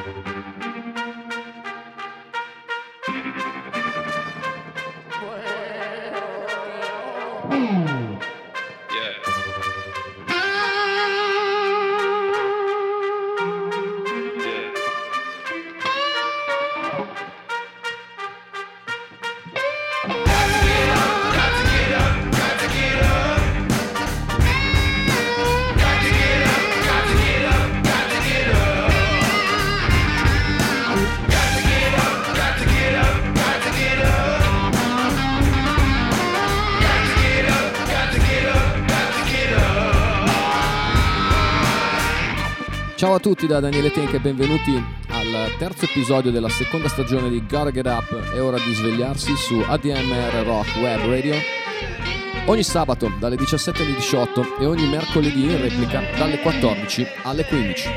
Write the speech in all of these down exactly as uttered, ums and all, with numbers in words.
Ciao a tutti da Daniele Tenk e benvenuti al terzo episodio della seconda stagione di Gotta Get Up. È ora di svegliarsi su A D M R Rock Web Radio ogni sabato dalle diciassette alle diciotto e ogni mercoledì in replica dalle quattordici alle quindici.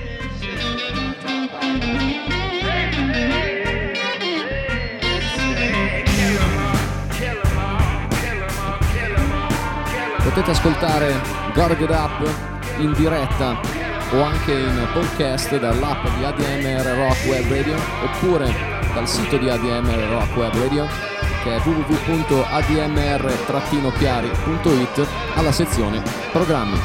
Potete ascoltare Gotta Get Up in diretta o anche in podcast dall'app di A D M R Rock Web Radio oppure dal sito di A D M R Rock Web Radio che è w w w punto a d m r chiari punto i t alla sezione programmi.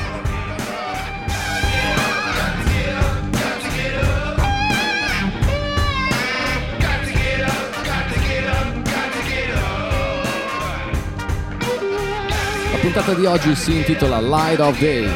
La puntata di oggi si intitola Light of Day.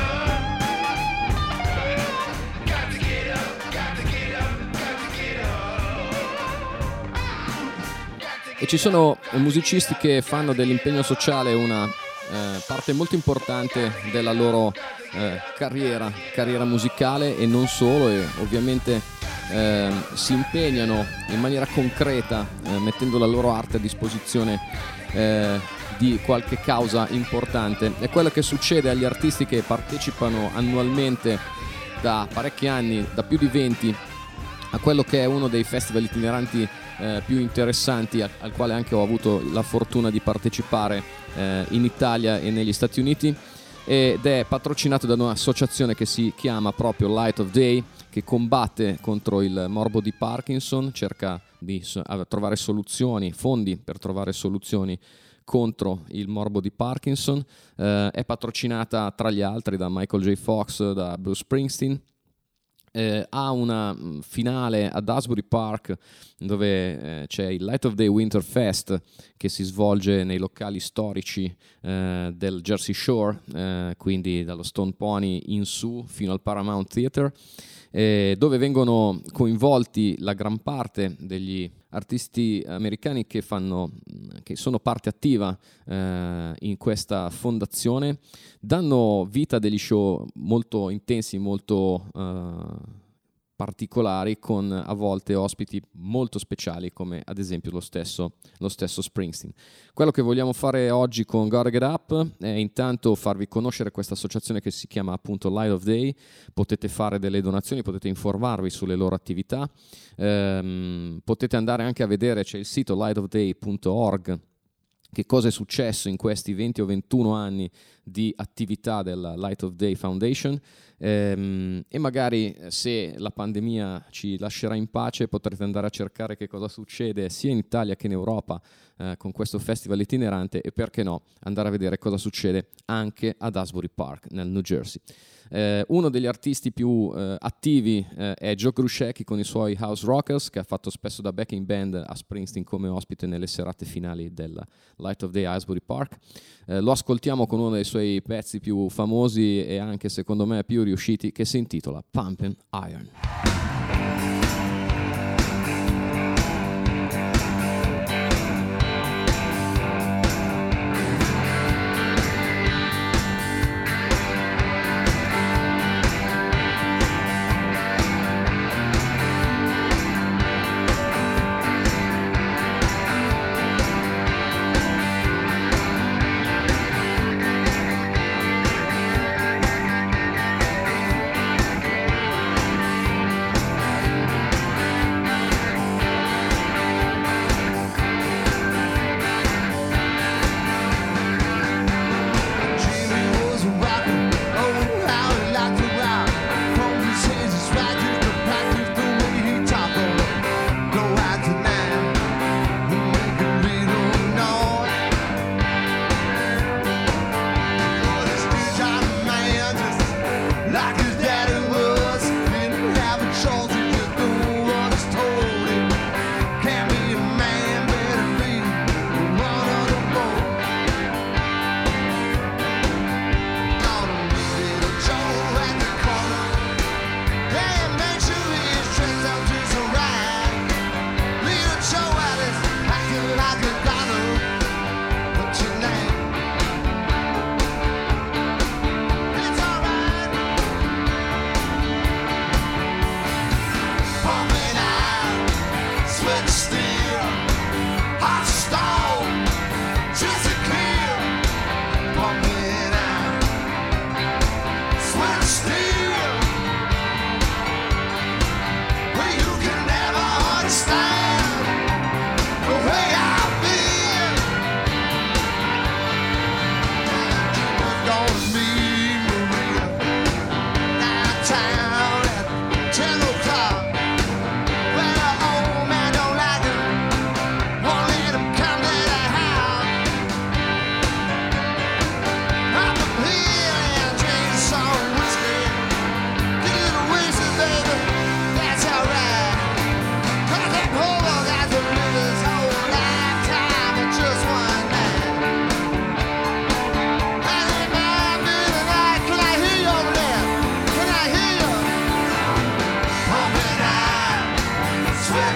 E ci sono musicisti che fanno dell'impegno sociale una eh, parte molto importante della loro eh, carriera, carriera musicale e non solo, e ovviamente eh, si impegnano in maniera concreta eh, mettendo la loro arte a disposizione eh, di qualche causa importante. È quello che succede agli artisti che partecipano annualmente da parecchi anni, da più di venti, a quello che è uno dei festival itineranti Eh, più interessanti al, al quale anche ho avuto la fortuna di partecipare eh, in Italia e negli Stati Uniti, ed è patrocinato da un'associazione che si chiama proprio Light of Day, che combatte contro il morbo di Parkinson, cerca di so- trovare soluzioni, fondi per trovare soluzioni contro il morbo di Parkinson. Eh, è patrocinata tra gli altri da Michael J. Fox, da Bruce Springsteen. Eh, ha una finale ad Asbury Park dove eh, c'è il Light of Day Winter Fest che si svolge nei locali storici eh, del Jersey Shore, eh, quindi dallo Stone Pony in su fino al Paramount Theatre, eh, dove vengono coinvolti la gran parte degli artisti americani che fanno, che sono parte attiva eh, in questa fondazione, danno vita a degli show molto intensi, molto eh, particolari, con a volte ospiti molto speciali come ad esempio lo stesso, lo stesso Springsteen. Quello che vogliamo fare oggi con Gotta Get Up è intanto farvi conoscere questa associazione che si chiama appunto Light of Day. Potete fare delle donazioni, potete informarvi sulle loro attività, ehm, potete andare anche a vedere, c'è il sito light of day punto org, che cosa è successo in questi venti o ventuno anni di attività della Light of Day Foundation, ehm, e magari se la pandemia ci lascerà in pace potrete andare a cercare che cosa succede sia in Italia che in Europa eh, con questo festival itinerante, e perché no andare a vedere cosa succede anche ad Asbury Park nel New Jersey. Eh, uno degli artisti più eh, attivi eh, è Joe Gruscecki con i suoi House Rockers, che ha fatto spesso da backing band a Springsteen come ospite nelle serate finali del Light of Day Asbury Park. Eh, lo ascoltiamo con uno dei suoi pezzi più famosi e anche secondo me più riusciti, che si intitola Pumpin' Iron.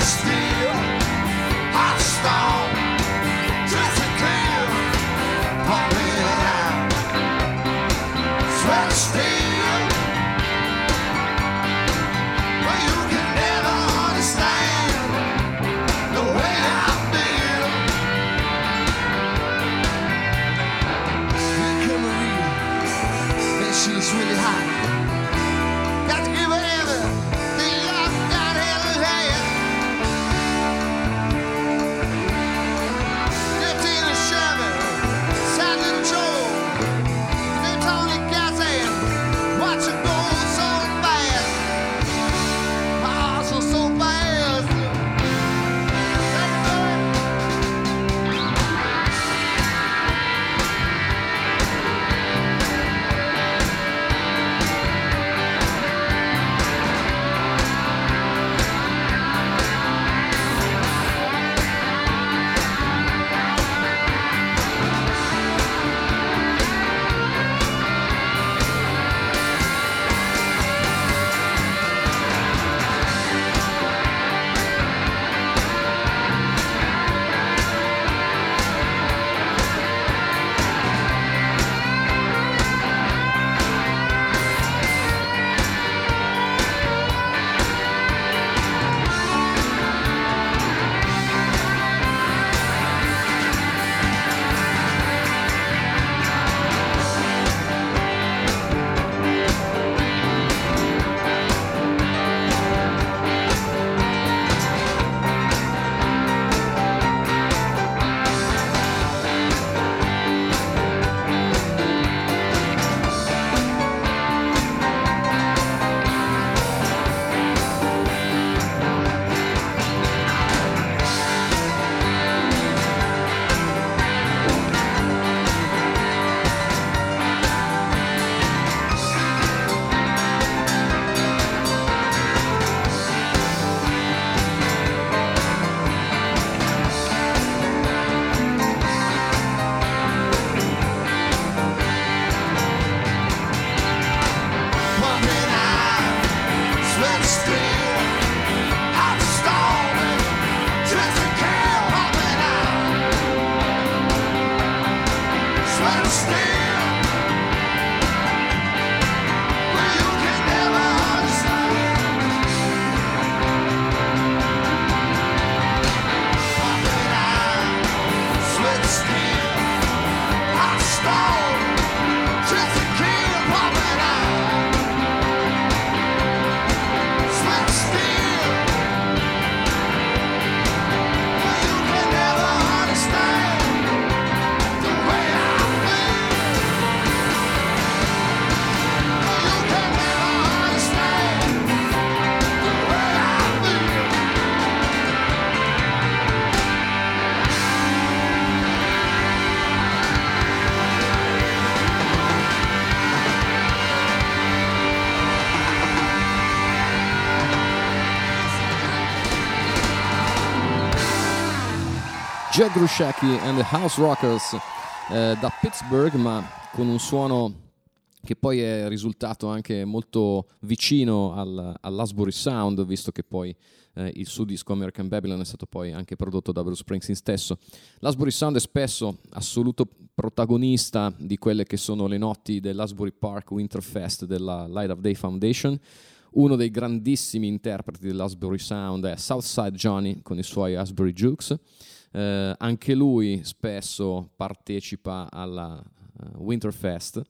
Jack Grushecki and the House Rockers eh, da Pittsburgh, ma con un suono che poi è risultato anche molto vicino al, all'Asbury Sound, visto che poi eh, il suo disco American Babylon è stato poi anche prodotto da Bruce Springsteen stesso. L'Asbury Sound è spesso assoluto protagonista di quelle che sono le notti dell'Asbury Park Winterfest della Light of Day Foundation. Uno dei grandissimi interpreti dell'Asbury Sound è Southside Johnny con i suoi Asbury Jukes. Eh, anche lui spesso partecipa alla uh, Winterfest.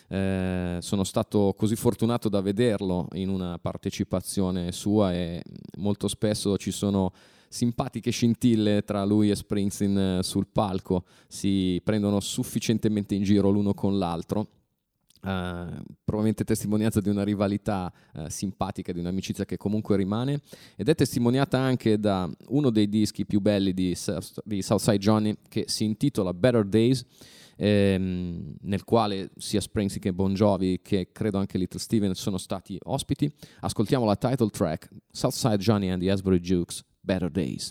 Eh, sono stato così fortunato da vederlo in una partecipazione sua e molto spesso ci sono simpatiche scintille tra lui e Springsteen sul palco, si prendono sufficientemente in giro l'uno con l'altro. Uh, probabilmente testimonianza di una rivalità uh, simpatica, di un'amicizia che comunque rimane, ed è testimoniata anche da uno dei dischi più belli di, di Southside Johnny, che si intitola Better Days, ehm, nel quale sia Springsteen che Bon Jovi, che credo anche Little Steven, sono stati ospiti. Ascoltiamo la title track, Southside Johnny and the Asbury Jukes, Better Days.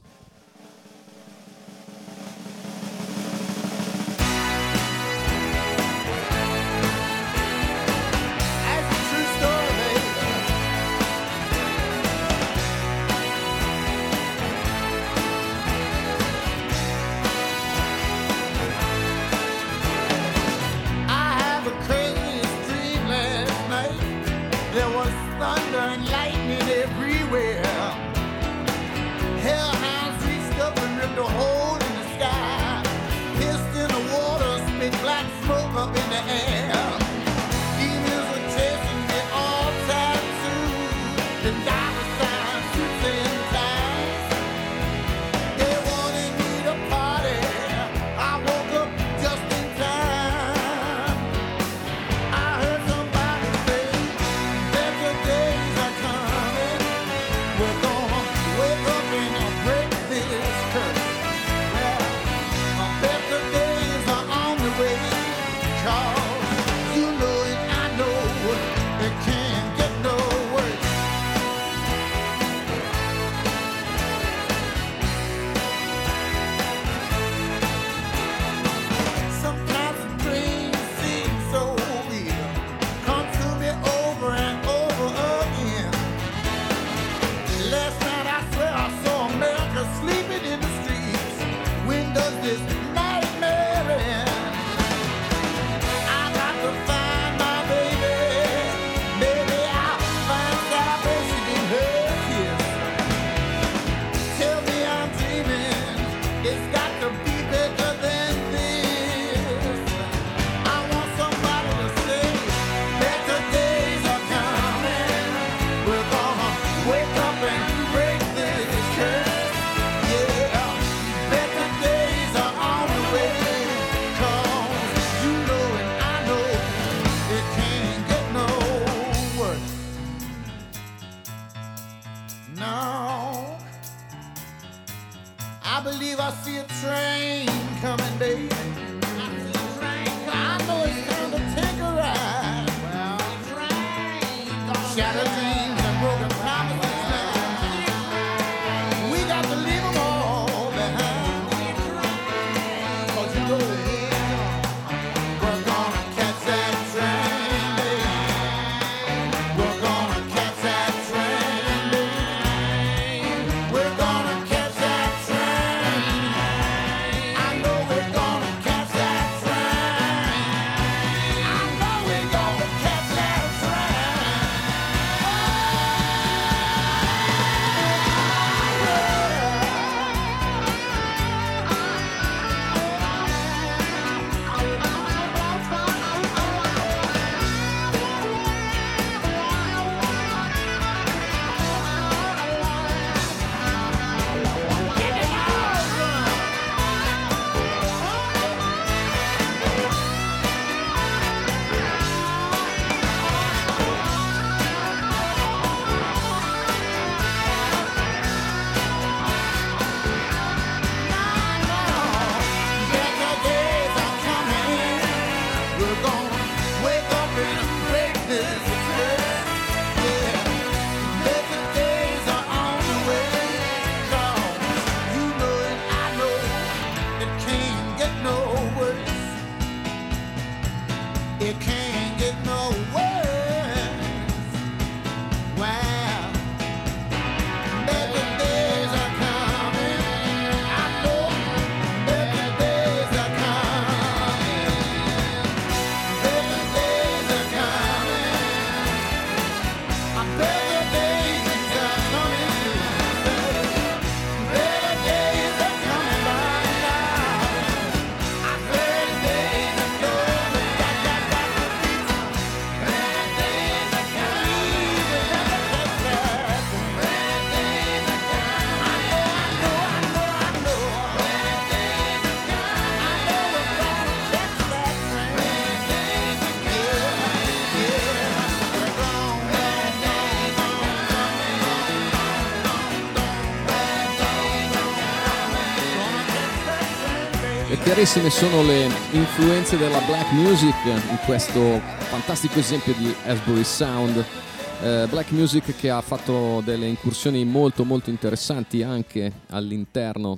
Chiarissime sono le influenze della black music in questo fantastico esempio di Asbury Sound. Eh, black music che ha fatto delle incursioni molto molto interessanti anche all'interno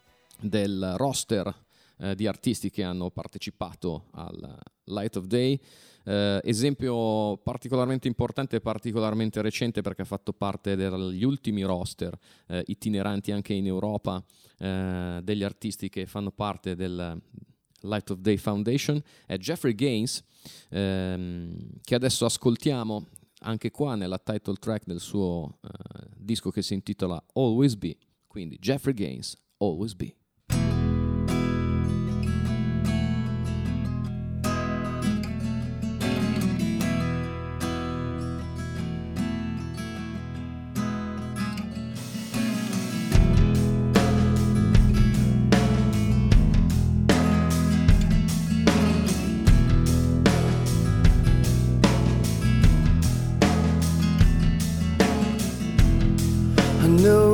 del roster eh, di artisti che hanno partecipato al Light of Day. Eh, esempio particolarmente importante e particolarmente recente perché ha fatto parte degli ultimi roster eh, itineranti anche in Europa eh, degli artisti che fanno parte del Light of Day Foundation è Jeffrey Gaines, ehm, che adesso ascoltiamo anche qua nella title track del suo eh, disco che si intitola Always Be. Quindi Jeffrey Gaines, Always Be.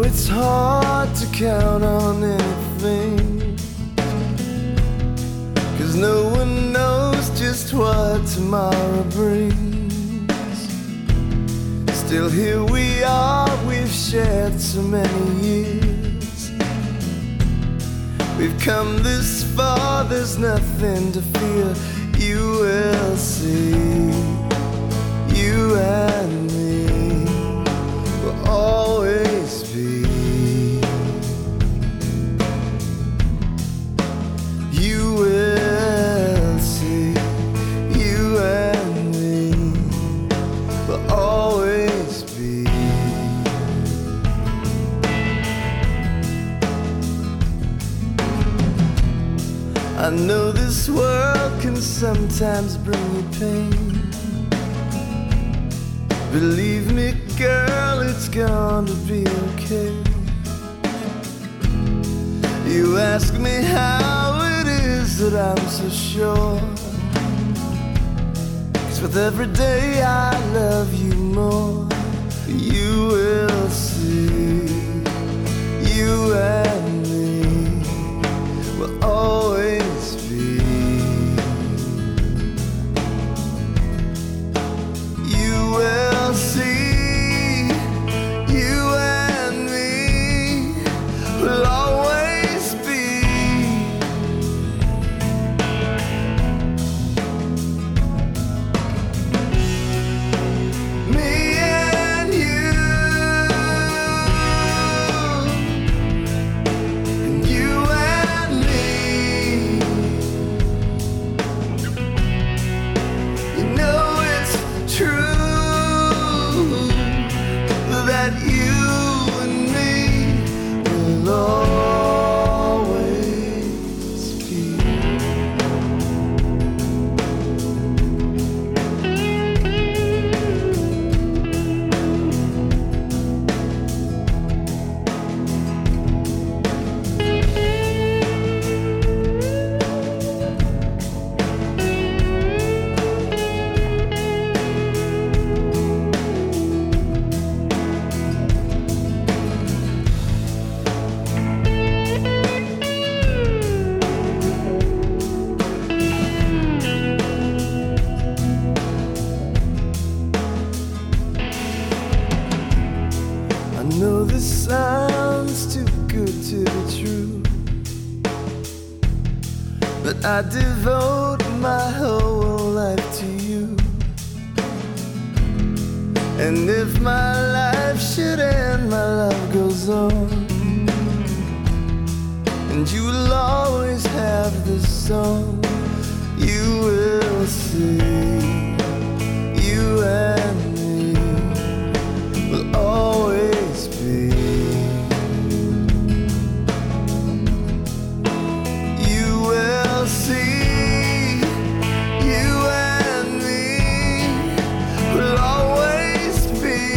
it's hard to count on anything, 'cause no one knows just what tomorrow brings. Still here we are, we've shared so many years. We've come this far, there's nothing to fear. You will see, you and me will always be. You will see, you and me will always be. I know this world can sometimes bring you pain. Believe me, girl, it's gonna be okay. You ask me how it is that I'm so sure, 'cause with every day I love you more. You will see, you and me will always be. You will see, you and me will always be. Me and you, and you and me. You know it's true that you and me will always be. I know this sounds too good to be true, but I devote my whole life to you. And if my life should end, my love goes on, and you will always have this song. You will see, you and me will always be. You will see, you and me will always be.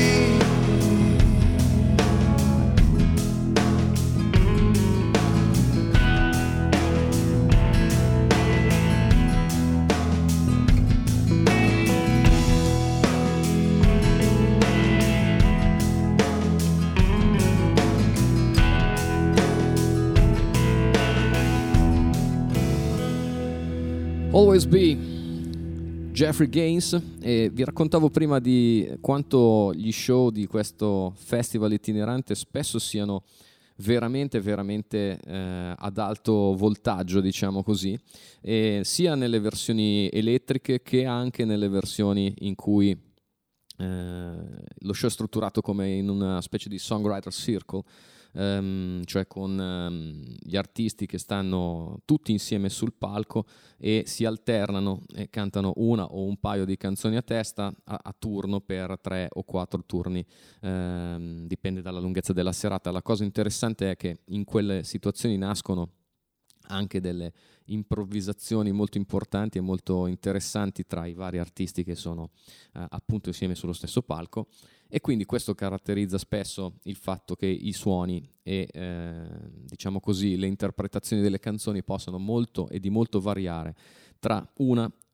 Always Be, Jeffrey Gaines. E vi raccontavo prima di quanto gli show di questo festival itinerante spesso siano veramente veramente eh, ad alto voltaggio, diciamo così, e sia nelle versioni elettriche che anche nelle versioni in cui eh, lo show è strutturato come in una specie di songwriter circle, Um, cioè con um, gli artisti che stanno tutti insieme sul palco e si alternano e cantano una o un paio di canzoni a testa a, a turno per tre o quattro turni, um, dipende dalla lunghezza della serata. La cosa interessante è che in quelle situazioni nascono anche delle improvvisazioni molto importanti e molto interessanti tra i vari artisti che sono uh, appunto insieme sullo stesso palco, e quindi questo caratterizza spesso il fatto che i suoni e eh, diciamo così le interpretazioni delle canzoni possano molto e di molto variare tra una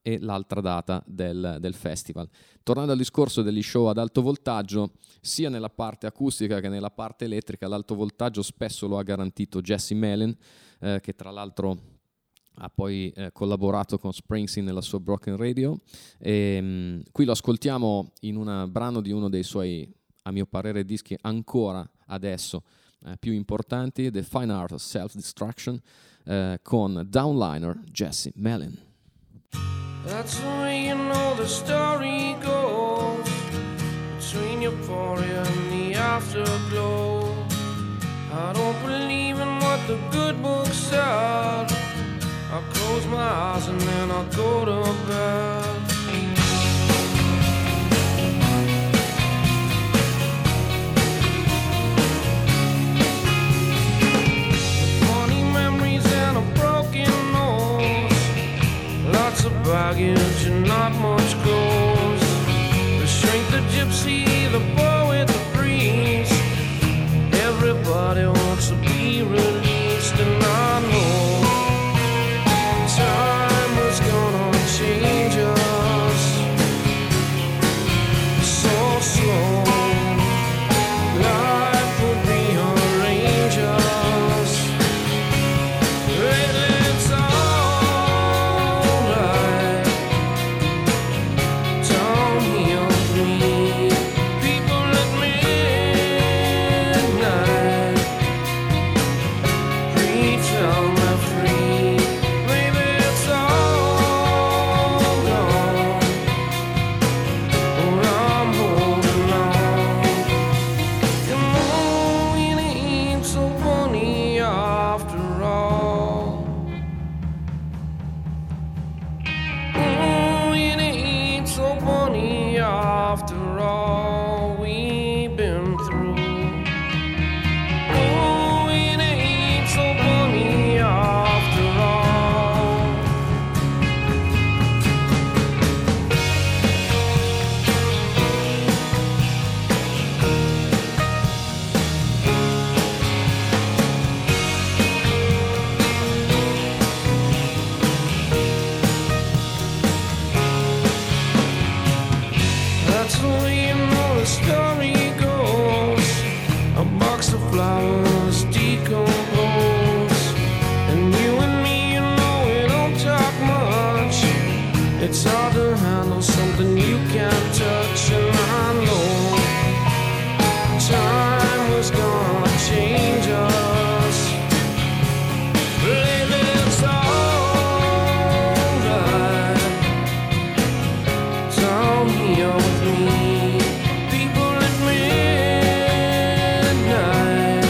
e l'altra data del, del festival. Tornando al discorso degli show ad alto voltaggio, sia nella parte acustica che nella parte elettrica, l'alto voltaggio spesso lo ha garantito Jesse Malin, eh, che tra l'altro ha poi eh, collaborato con Springsteen nella sua Broken Radio. E, mh, qui lo ascoltiamo in un brano di uno dei suoi, a mio parere, dischi ancora adesso eh, più importanti, The Fine Art of Self-Destruction, eh, con Downliner Jesse Malin. That's the way you know the story goes, between euphoria and the afterglow. I don't believe in what the good book said. I close my eyes and then I go to bed. Funny memories and a broken nose, lots of baggage and not much goes. The shrink, the gypsy, the poet, the priest, everybody wants to be released. And I know time was gonna change us so slow. Life would rearrange us. Lately it's alright down here with me. People at midnight reach out my free. Maybe it's all gone, but I'm holding on. And oh, it ain't so funny after all. Oh, it ain't so funny after all we've been through. Oh, it ain't so funny after all. That's the way you know the story goes. A box of flowers decompose, and you and me, you know we don't talk much. It's hard to handle something you can't touch, and I know time was gonna change us. Lately it's alright down here with me. People at midnight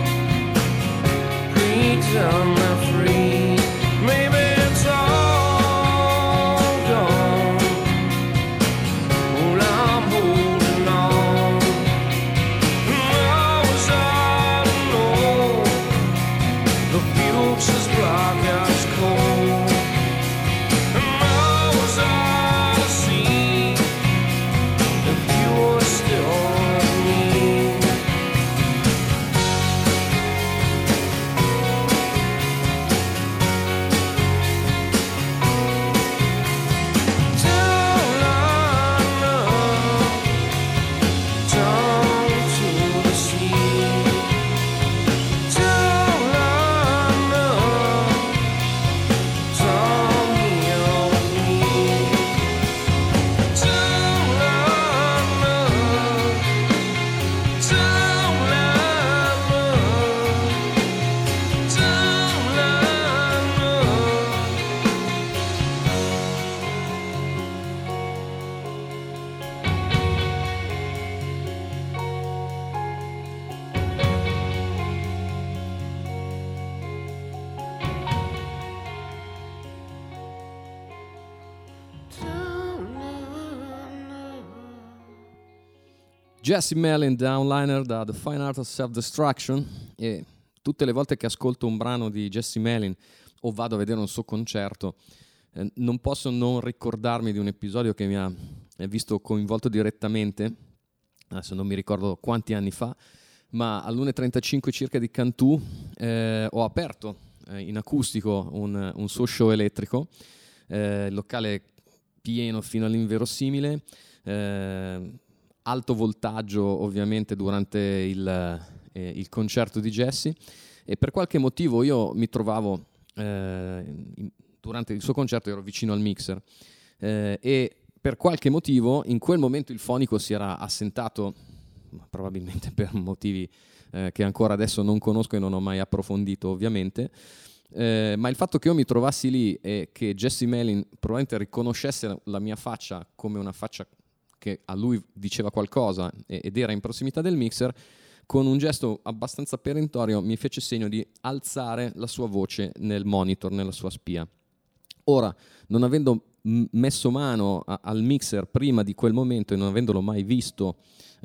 reach out my free. Maybe it's all gone, but I'm holding on. How was I to know the future's black as coal? And how was I to see if you were still with me? Down to the sea, down down here with me. Down down Jesse Malin, Downliner da The Fine Art of Self-Destruction. E tutte le volte che ascolto un brano di Jesse Malin o vado a vedere un suo concerto, eh, non posso non ricordarmi di un episodio che mi ha eh, visto coinvolto direttamente, adesso non mi ricordo quanti anni fa, ma all'una e trentacinque circa di Cantù eh, ho aperto eh, in acustico un, un suo show elettrico. Eh, il locale pieno fino all'inverosimile, eh, alto voltaggio ovviamente durante il, eh, il concerto di Jesse, e per qualche motivo io mi trovavo eh, in, durante il suo concerto ero vicino al mixer eh, e per qualche motivo in quel momento il fonico si era assentato, probabilmente per motivi eh, che ancora adesso non conosco e non ho mai approfondito ovviamente, eh, ma il fatto che io mi trovassi lì e che Jesse Malin probabilmente riconoscesse la mia faccia come una faccia che a lui diceva qualcosa ed era in prossimità del mixer, con un gesto abbastanza perentorio mi fece segno di alzare la sua voce nel monitor, nella sua spia. Ora, non avendo m- messo mano a- al mixer prima di quel momento e non avendolo mai visto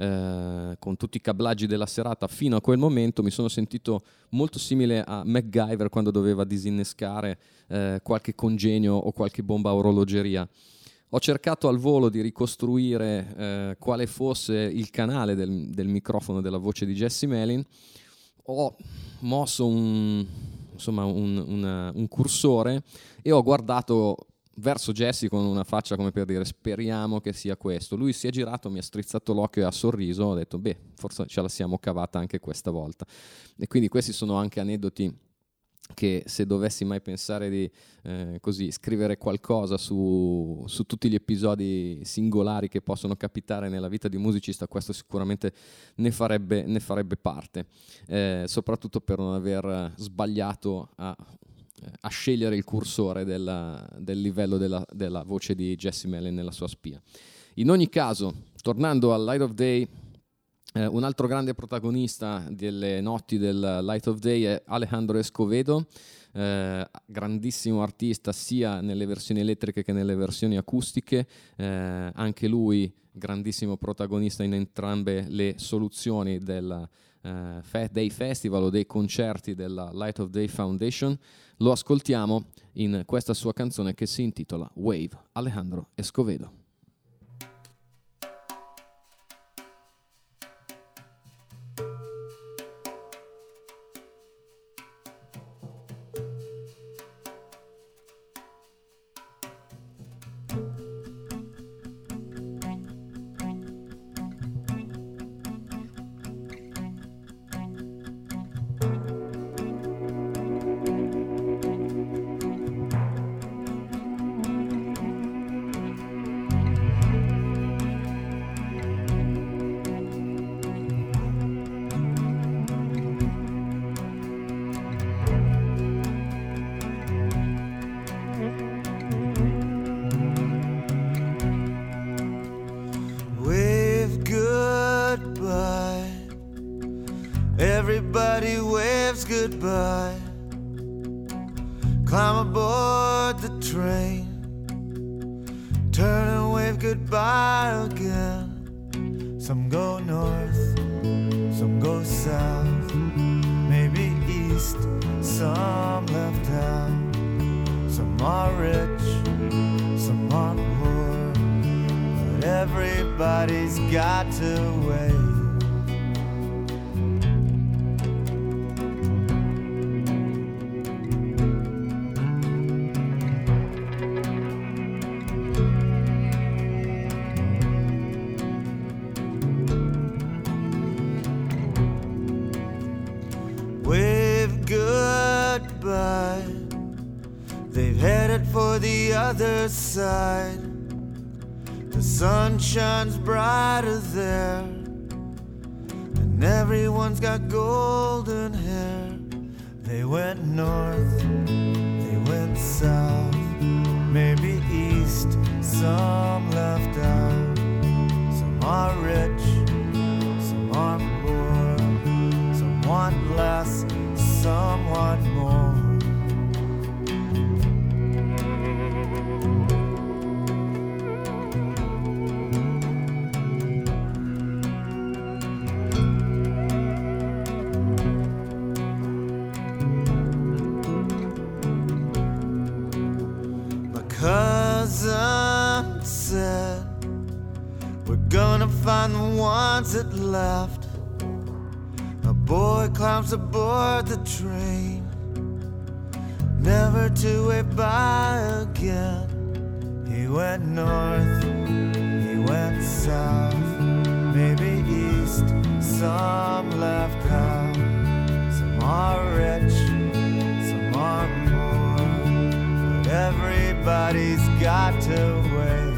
eh, con tutti i cablaggi della serata fino a quel momento, mi sono sentito molto simile a MacGyver quando doveva disinnescare eh, qualche congegno o qualche bomba a orologeria. Ho cercato al volo di ricostruire eh, quale fosse il canale del, del microfono della voce di Jesse Malin. Ho mosso un, insomma, un, una, un cursore e ho guardato verso Jesse con una faccia come per dire speriamo che sia questo. Lui si è girato, mi ha strizzato l'occhio e ha sorriso, ho detto beh, forse ce la siamo cavata anche questa volta. E quindi questi sono anche aneddoti che se dovessi mai pensare di eh, così scrivere qualcosa su, su tutti gli episodi singolari che possono capitare nella vita di un musicista, questo sicuramente ne farebbe, ne farebbe parte, eh, soprattutto per non aver sbagliato a, a scegliere il cursore della, del livello della, della voce di Jesse Malin nella sua spia. In ogni caso, tornando al Light of Day, Eh, un altro grande protagonista delle notti del Light of Day è Alejandro Escovedo, eh, grandissimo artista sia nelle versioni elettriche che nelle versioni acustiche, eh, anche lui grandissimo protagonista in entrambe le soluzioni del eh, fe- dei festival o dei concerti della Light of Day Foundation. Lo ascoltiamo in questa sua canzone che si intitola Wave, Alejandro Escovedo. Everybody waves goodbye. Climb aboard the train. Turn and wave goodbye again. Some go north, some go south, maybe east, some left out. Some are rich, some are poor, but everybody's got to wait. They've headed for the other side. The sun shines brighter there, and everyone's got golden hair. They went north, they went south, maybe east, some left out. Some are rich, some are poor, some want less, some want more. Cousin said we're gonna find the ones that left. A boy climbs aboard the train, never to wave by again. He He went north, he went south, maybe east, some left out. Some are rich, some are poor, but everybody's got to wait.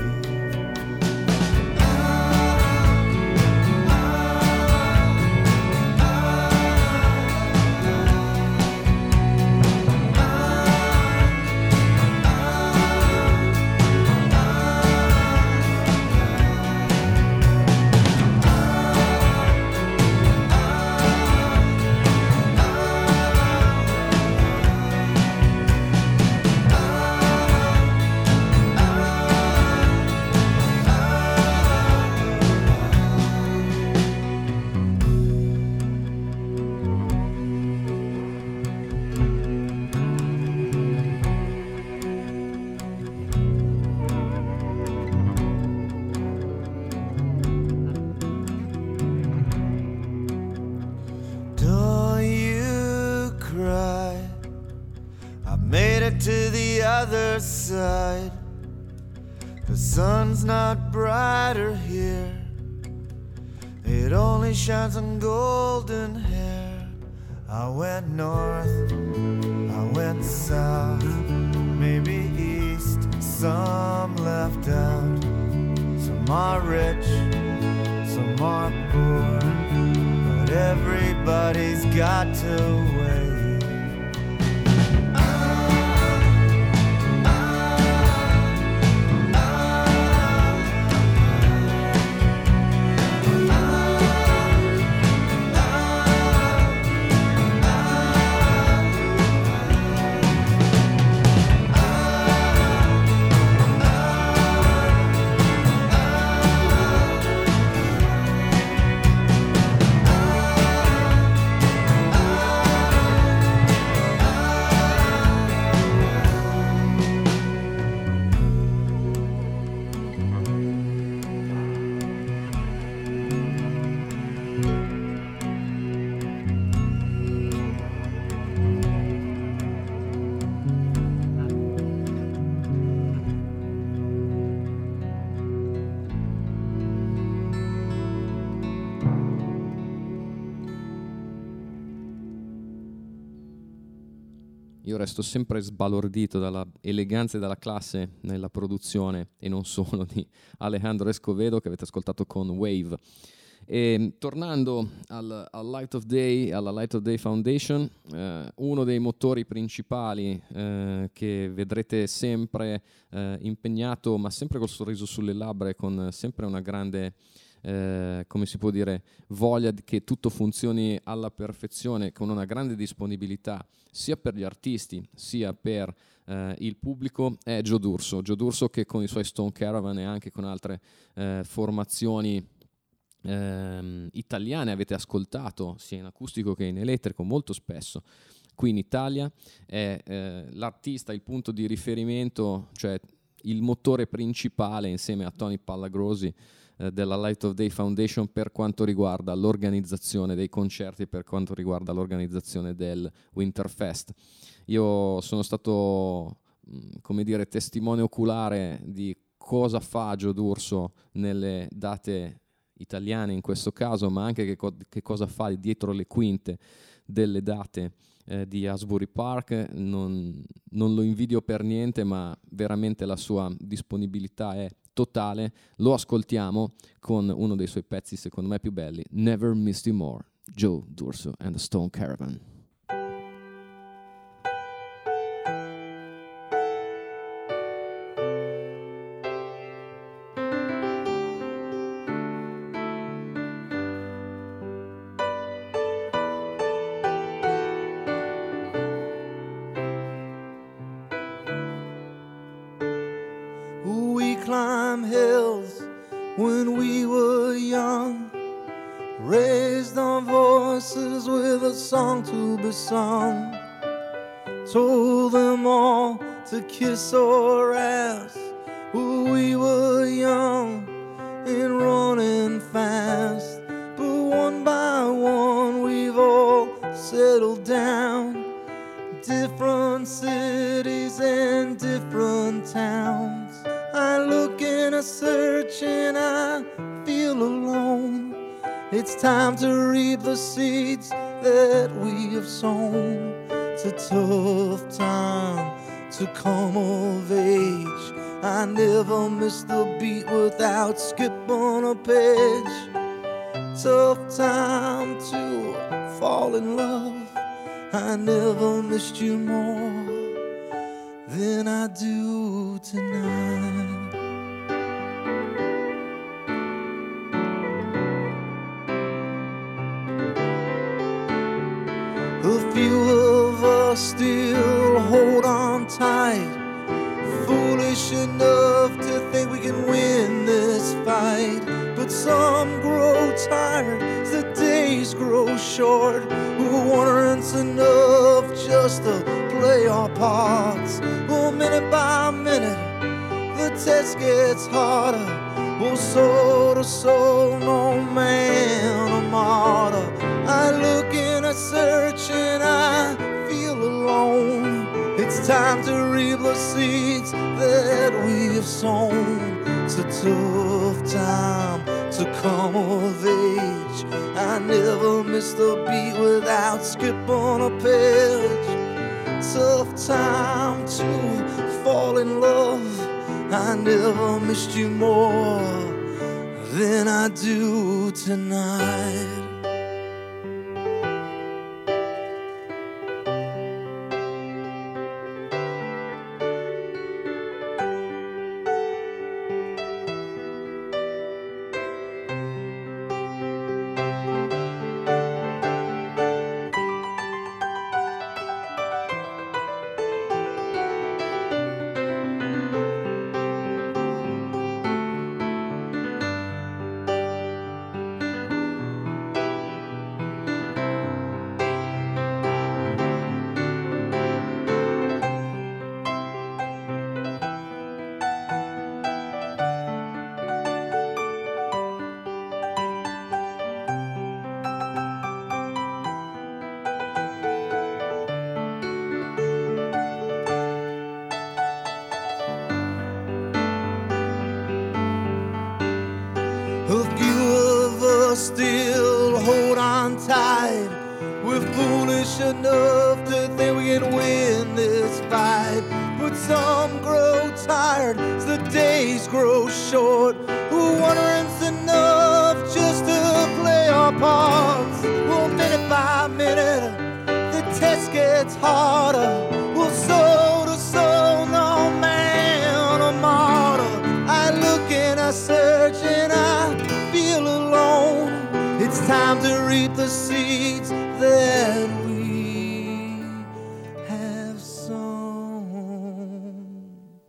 To the other side, the sun's not brighter here, it only shines on golden hair. I went north, I went south, maybe east, some left out. Some are rich, some are poor, but everybody's got to wait. Io resto sempre sbalordito dalla eleganza e dalla classe nella produzione, e non solo, di Alejandro Escovedo, che avete ascoltato con Wave. E, tornando al, al Light of Day, alla Light of Day Foundation, eh, uno dei motori principali eh, che vedrete sempre eh, impegnato, ma sempre col sorriso sulle labbra e con sempre una grande... Eh, come si può dire, voglia di che tutto funzioni alla perfezione, con una grande disponibilità sia per gli artisti sia per eh, il pubblico, è Joe D'Urso. Joe D'Urso, che con i suoi Stone Caravan e anche con altre eh, formazioni eh, italiane avete ascoltato sia in acustico che in elettrico molto spesso qui in Italia. È eh, l'artista, il punto di riferimento, cioè il motore principale insieme a Tony Pallagrosi della Light of Day Foundation per quanto riguarda l'organizzazione dei concerti, per quanto riguarda l'organizzazione del Winterfest. Io sono stato, come dire, testimone oculare di cosa fa Joe D'Urso nelle date italiane in questo caso, ma anche che, co- che cosa fa dietro le quinte delle date eh, di Asbury Park. Non, non lo invidio per niente, ma veramente la sua disponibilità è totale. Lo ascoltiamo con uno dei suoi pezzi secondo me più belli, Never Missed You More, Joe D'Urso and the Stone Caravan. We climb hills when we were young, raised our voices with a song to be sung, told them all to kiss our ass when we were young and running fast. But one by one we've all settled down, different cities and different towns. I searching, I feel alone. It's time to reap the seeds that we have sown. It's a tough time to come of age. I never miss the beat without skipping a page. Tough time to fall in love. I never missed you more than I do tonight. A few of us still hold on tight, foolish enough to think we can win this fight. But some grow tired as the days grow short. We're wondering it's enough just to play our parts. Well, minute by minute, the test gets harder. Well, soul to soul, no man a martyr. I look and I search and I feel alone. It's time to reap the seeds that we have sown. It's a tough time to come of age. I never miss the beat without skipping a page. Tough time to fall in love. I never missed you more than I do tonight. Still hold on tight. We're foolish enough to think we can win this fight. But some grow tired as the days grow short. We're wondering it's enough just to play our parts. Well, minute by minute, the test gets harder. Well, soul to soul, no man a martyr. I look and I search and I feel alone. It's time to reap the seeds that we have sown.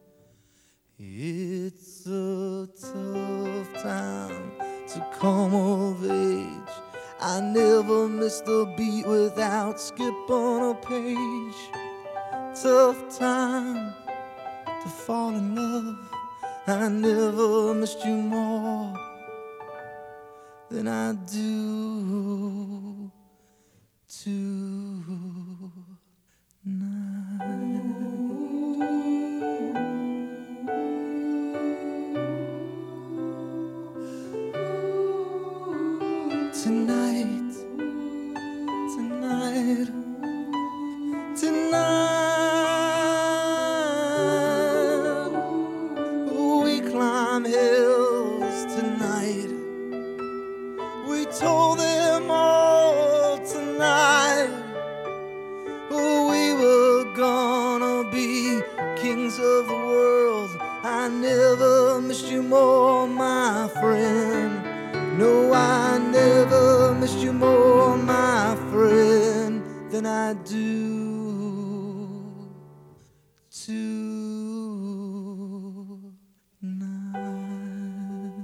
It's a tough time to come of age. I never miss the beat without skipping a page. Tough time to fall in love. I never missed you more than I do tonight. Tonight, tonight, tonight. We climb hills tonight. We told them all tonight we were gonna be kings of the world. I never missed you more, my friend. No, I never missed you more, my friend, than I do tonight.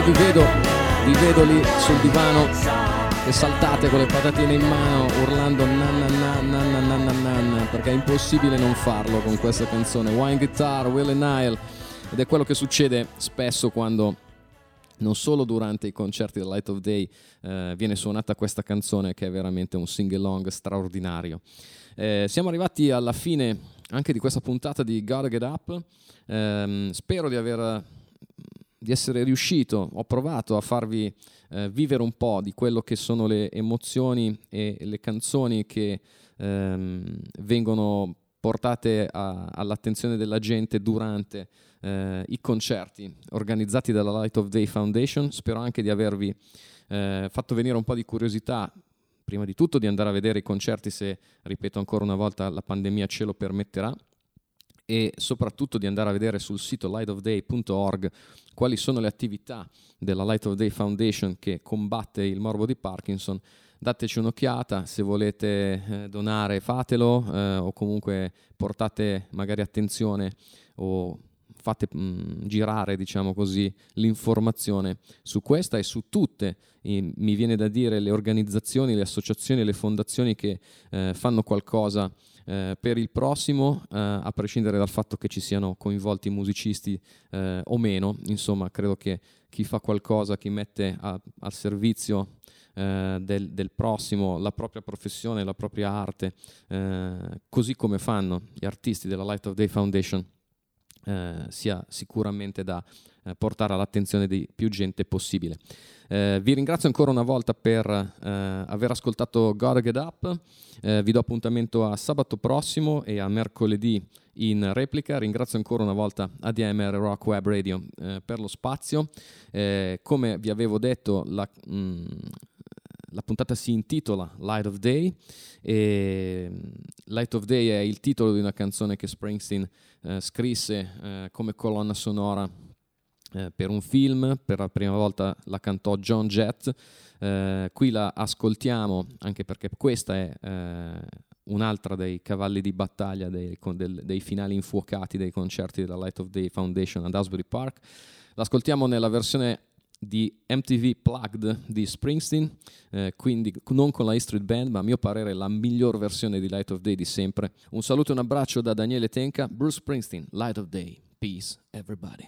io vi vedo, vi vedo lì sul divano che saltate con le patatine in mano urlando nanna nanna nanna nanna nanna, perché è impossibile non farlo con questa canzone Wine Guitar, Willie Nile, ed è quello che succede spesso quando non solo durante i concerti del Light of Day eh, viene suonata questa canzone, che è veramente un sing-along straordinario. Eh, siamo arrivati alla fine anche di questa puntata di Gotta Get Up. Eh, spero di aver di essere riuscito, ho provato a farvi eh, vivere un po' di quello che sono le emozioni e le canzoni che ehm, vengono portate a, all'attenzione della gente durante eh, i concerti organizzati dalla Light of Day Foundation. Spero anche di avervi eh, fatto venire un po' di curiosità, prima di tutto di andare a vedere i concerti se, ripeto ancora una volta, la pandemia ce lo permetterà, e soprattutto di andare a vedere sul sito light of day punto org quali sono le attività della Light of Day Foundation che combatte il morbo di Parkinson. Dateci un'occhiata, se volete eh, donare fatelo, eh, o comunque portate magari attenzione o fate mh, girare, diciamo così, l'informazione su questa e su tutte, e mi viene da dire, le organizzazioni, le associazioni e le fondazioni che eh, fanno qualcosa eh, per il prossimo, eh, a prescindere dal fatto che ci siano coinvolti musicisti eh, o meno. Insomma, credo che chi fa qualcosa, chi mette a, al servizio eh, del, del prossimo la propria professione, la propria arte, eh, così come fanno gli artisti della Light of Day Foundation, Eh, sia sicuramente da eh, portare all'attenzione di più gente possibile. Eh, vi ringrazio ancora una volta per eh, aver ascoltato Gotta Get Up. Eh, vi do appuntamento a sabato prossimo e a mercoledì in replica. Ringrazio ancora una volta A D M R Rock Web Radio eh, per lo spazio. Eh, come vi avevo detto, la mh, La puntata si intitola Light of Day, e Light of Day è il titolo di una canzone che Springsteen eh, scrisse eh, come colonna sonora eh, per un film. Per la prima volta la cantò John Jett. Eh, qui la ascoltiamo anche perché questa è eh, un'altra dei cavalli di battaglia dei, del, dei finali infuocati dei concerti della Light of Day Foundation ad Asbury Park. L'ascoltiamo nella versione di M T V Plugged di Springsteen, eh, quindi non con la E Street Band, ma a mio parere la miglior versione di Light of Day di sempre. Un saluto e un abbraccio da Daniele Tenca. Bruce Springsteen, Light of Day. Peace, everybody.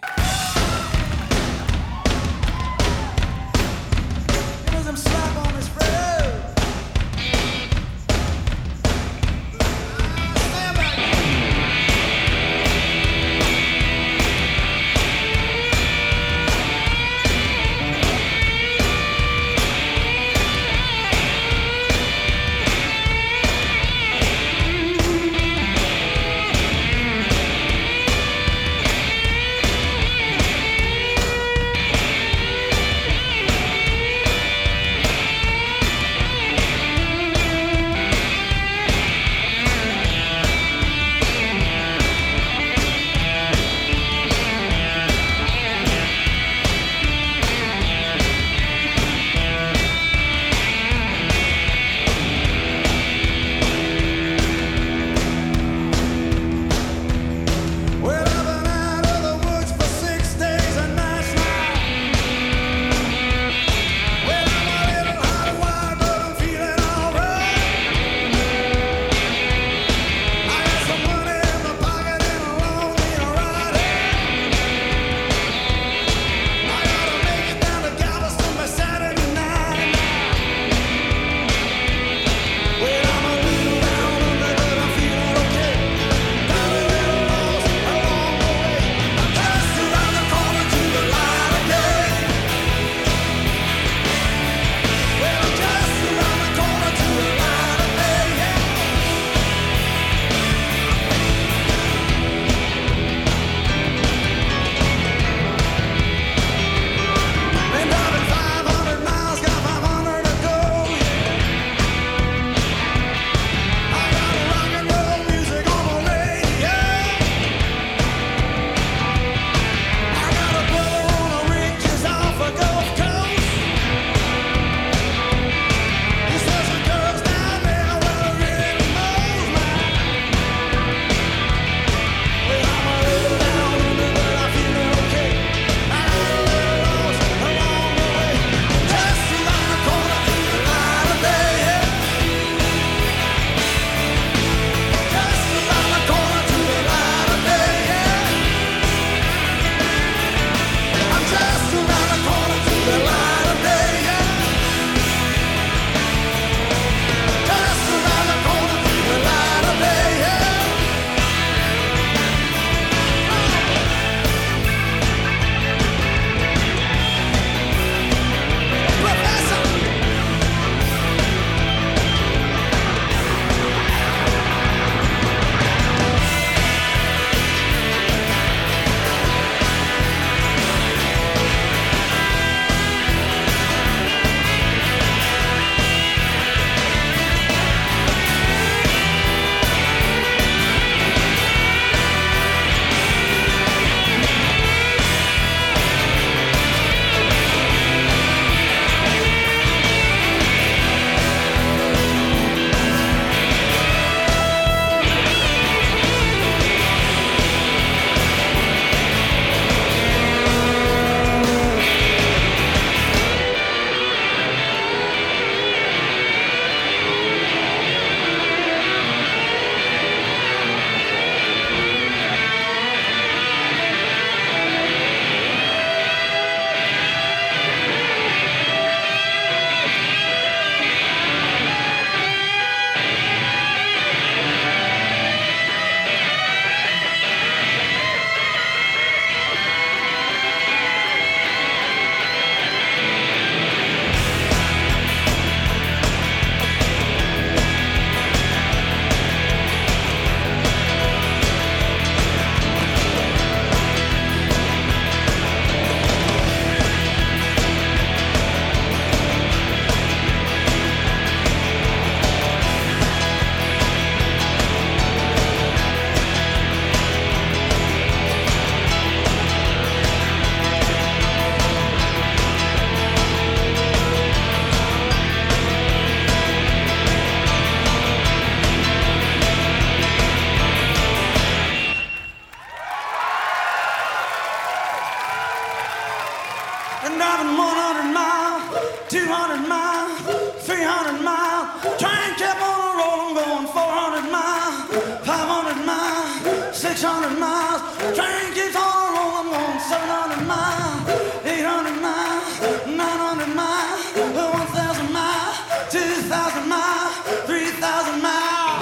three hundred miles. Train kept on rolling, going four hundred miles, five hundred miles, six hundred miles. Train keeps on rolling, going seven hundred miles, eight hundred miles, nine hundred miles, one thousand miles, two thousand miles, three thousand miles.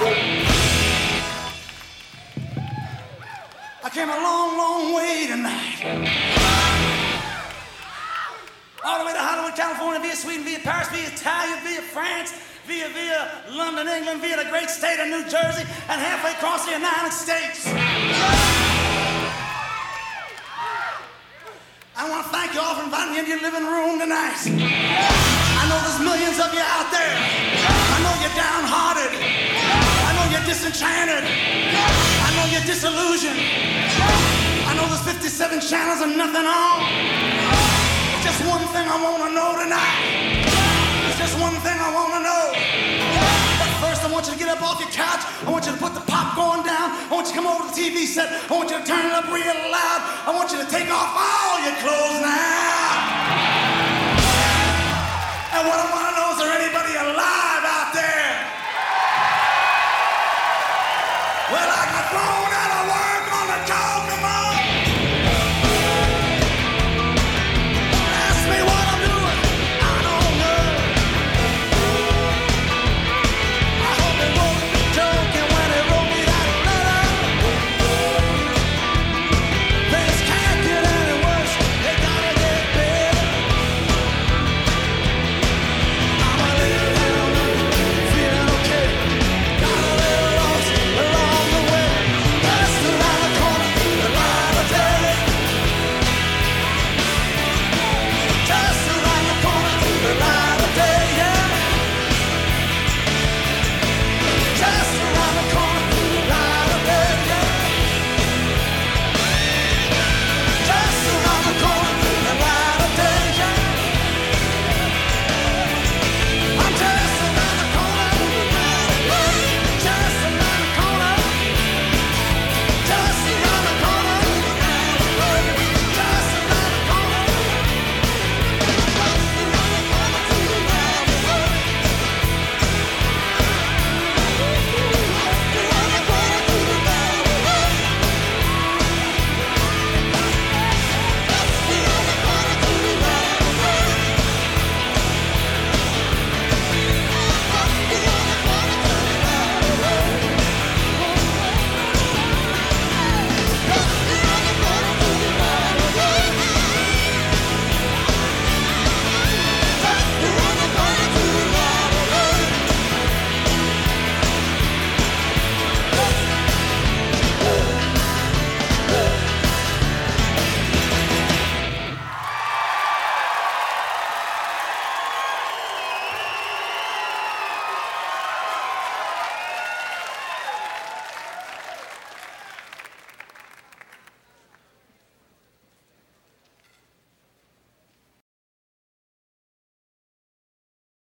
I came a long, long way tonight. All the way to Hollywood, California, via Sweden, via Paris, via Italy, via France, via via London, England, via the great state of New Jersey, and halfway across the United States. I want to thank you all for inviting me into your living room tonight. I know there's millions of you out there. I know you're downhearted. I know you're disenchanted. I know you're disillusioned. I know there's fifty-seven channels and nothing on. Just one thing I want to know tonight. There's just one thing I want to know. But first I want you to get up off your couch. I want you to put the popcorn down. I want you to come over to the T V set. I want you to turn it up real loud. I want you to take off all your clothes now. And what I want to